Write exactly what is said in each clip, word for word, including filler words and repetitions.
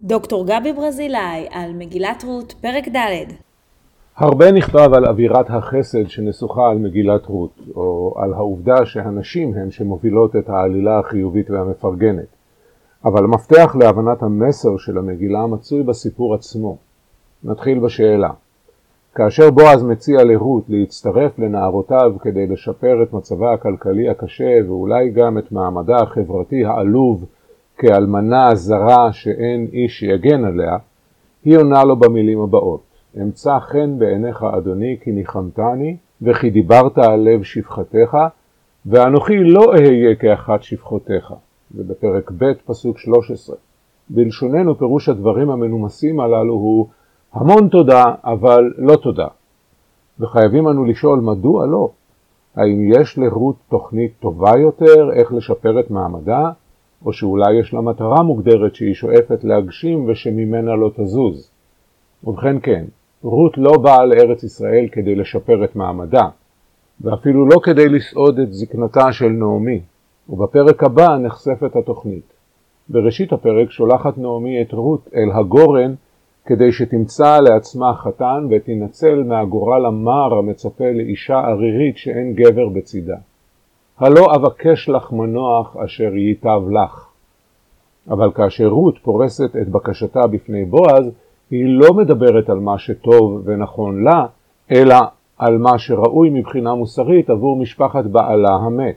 דוקטור גבי ברזילאי על מגילת רות, פרק ד'. הרבה נכתב על אווירת החסד שנסוכה על מגילת רות, או על העובדה שהנשים הן שמובילות את העלילה החיובית והמפרגנת. אבל המפתח להבנת המסר של המגילה מצוי בסיפור עצמו. נתחיל בשאלה. כאשר בועז מציע לרות להצטרף לנערותיו כדי לשפר את מצבה הכלכלי הקשה ואולי גם את מעמדה החברתי העלוב כאלמנה זרה שאין איש שיגן עליה, היא עונה לו במילים הבאות: אמצא חן בעיניך אדוני כי ניחמתני וכי דיברת על לב שפחתך, ואנוכי לא אהיה כאחת שפחותיך. זה בפרק ב' פסוק שלוש עשרה. בלשוננו פירוש הדברים המנומסים הללו הוא המון תודה אבל לא תודה. וחייבים אנו לשאול מדוע לא? האם יש לרות תוכנית טובה יותר איך לשפר את מעמדה, או שאולי יש לה מטרה מוגדרת שהיא שואפת להגשים ושממנה לא תזוז? ובכן כן, רות לא באה לארץ ישראל כדי לשפר את מעמדה, ואפילו לא כדי לסעוד את זקנתה של נעמי, ובפרק הבא נחשפת התוכנית. בראשית הפרק שולחת נעמי את רות אל הגורן כדי שתמצא לעצמה חתן ותנצל מהגורל המר המצפה לאישה ערירית שאין גבר בצידה. הלא אבקש לך מנוח אשר ייטב לך. אבל כאשר רות פורסת את בקשתה בפני בועז, היא לא מדברת על מה שטוב ונכון לה, אלא על מה שראוי מבחינה מוסרית עבור משפחת בעלה המת.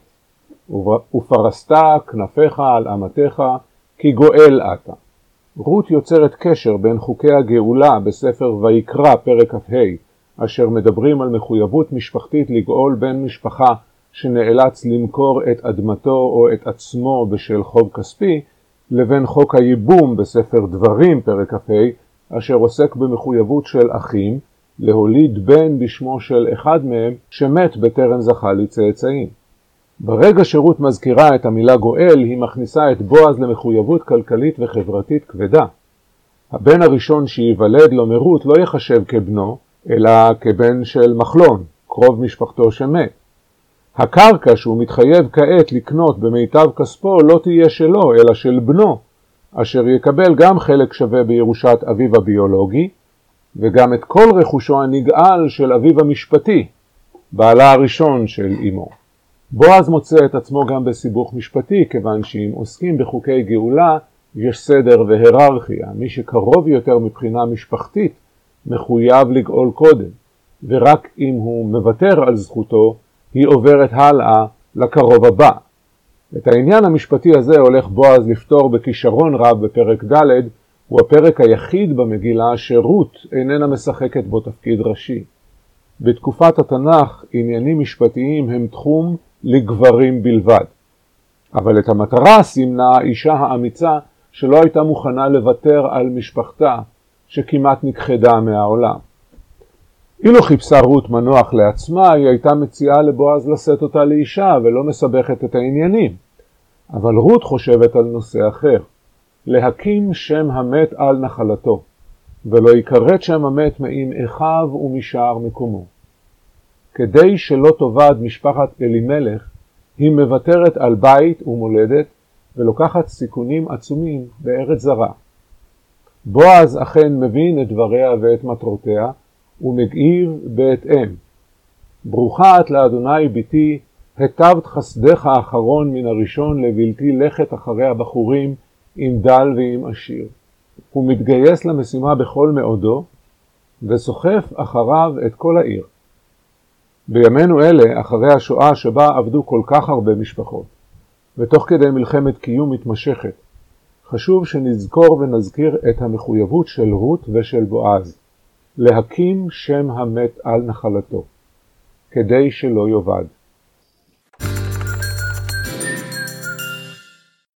ופרסתה כנפיך על אמתך כי גואל אתה. רות יוצרת קשר בין חוקי הגאולה בספר ויקרא פרק כ"ה, אשר מדברים על מחויבות משפחתית לגאול בן משפחה שנאלץ למכור את אדמתו או את עצמו בשל חוב כספי, לבין חוק הייבום בספר דברים פרק כ"ה, אשר עוסק במחויבות של אחים להוליד בן בשמו של אחד מהם שמת בטרם זכה לצאצאים. ברגע שרות מזכירה את המילה גואל, היא מכניסה את בועז למחויבות כלכלית וחברתית כבדה. הבן הראשון שיוולד לו מרות לא יחשב כבנו, אלא כבן של מחלון, קרוב משפחתו שמת. הקרקע שהוא מתחייב כעת לקנות במיטב כספו לא תהיה שלו, אלא של בנו, אשר יקבל גם חלק שווה בירושת אביו הביולוגי, וגם את כל רכושו הנגאל של אביו המשפטי, בעלה הראשון של אמו. בועז מוצא את עצמו גם בסיבוך משפטי, כיוון שאם עוסקים בחוקי גאולה, יש סדר והיררכיה. מי שקרוב יותר מבחינה משפחתית, מחויב לגאול קודם, ורק אם הוא מוותר על זכותו, היא עוברת הלאה לקרוב הבא. את העניין המשפטי הזה הולך בועז לפתור בכישרון רב בפרק ד', הוא הפרק היחיד במגילה שרות איננה משחקת בו תפקיד ראשי. בתקופת התנ"ך עניינים משפטיים הם תחום לגברים בלבד. אבל את המטרה סימנה האישה האמיצה שלא הייתה מוכנה לוותר על משפחתה שכמעט נכחדה מהעולם. אילו חיפשה רות מנוח לעצמה, היא הייתה מציעה לבועז לשאת אותה לאישה ולא מסבכת את העניינים. אבל רות חושבת על נושא אחר, להקים שם המת על נחלתו, ולא יקראת שם המת מעם אחיו ומשאר מקומו. כדי שלא תאבד משפחת אלימלך, היא מוותרת על בית ומולדת ולוקחת סיכונים עצומים בארץ זרה. בועז אכן מבין את דבריה ואת מטרותיה, ומגיב בהתאם. ברוכה את לאדוני ביתי, היטבת חסדך האחרון מן הראשון לבלתי לכת אחרי הבחורים עם דל ועם עשיר. הוא מתגייס למשימה בכל מאודו, וסוחף אחריו את כל העיר. בימינו אלה, אחרי השואה שבה עבדו כל כך הרבה משפחות, ותוך כדי מלחמת קיום מתמשכת, חשוב שנזכור ונזכיר את המחויבות של רות ושל בועז, להקים שם המת על נחלתו, כדי שלא יאבד.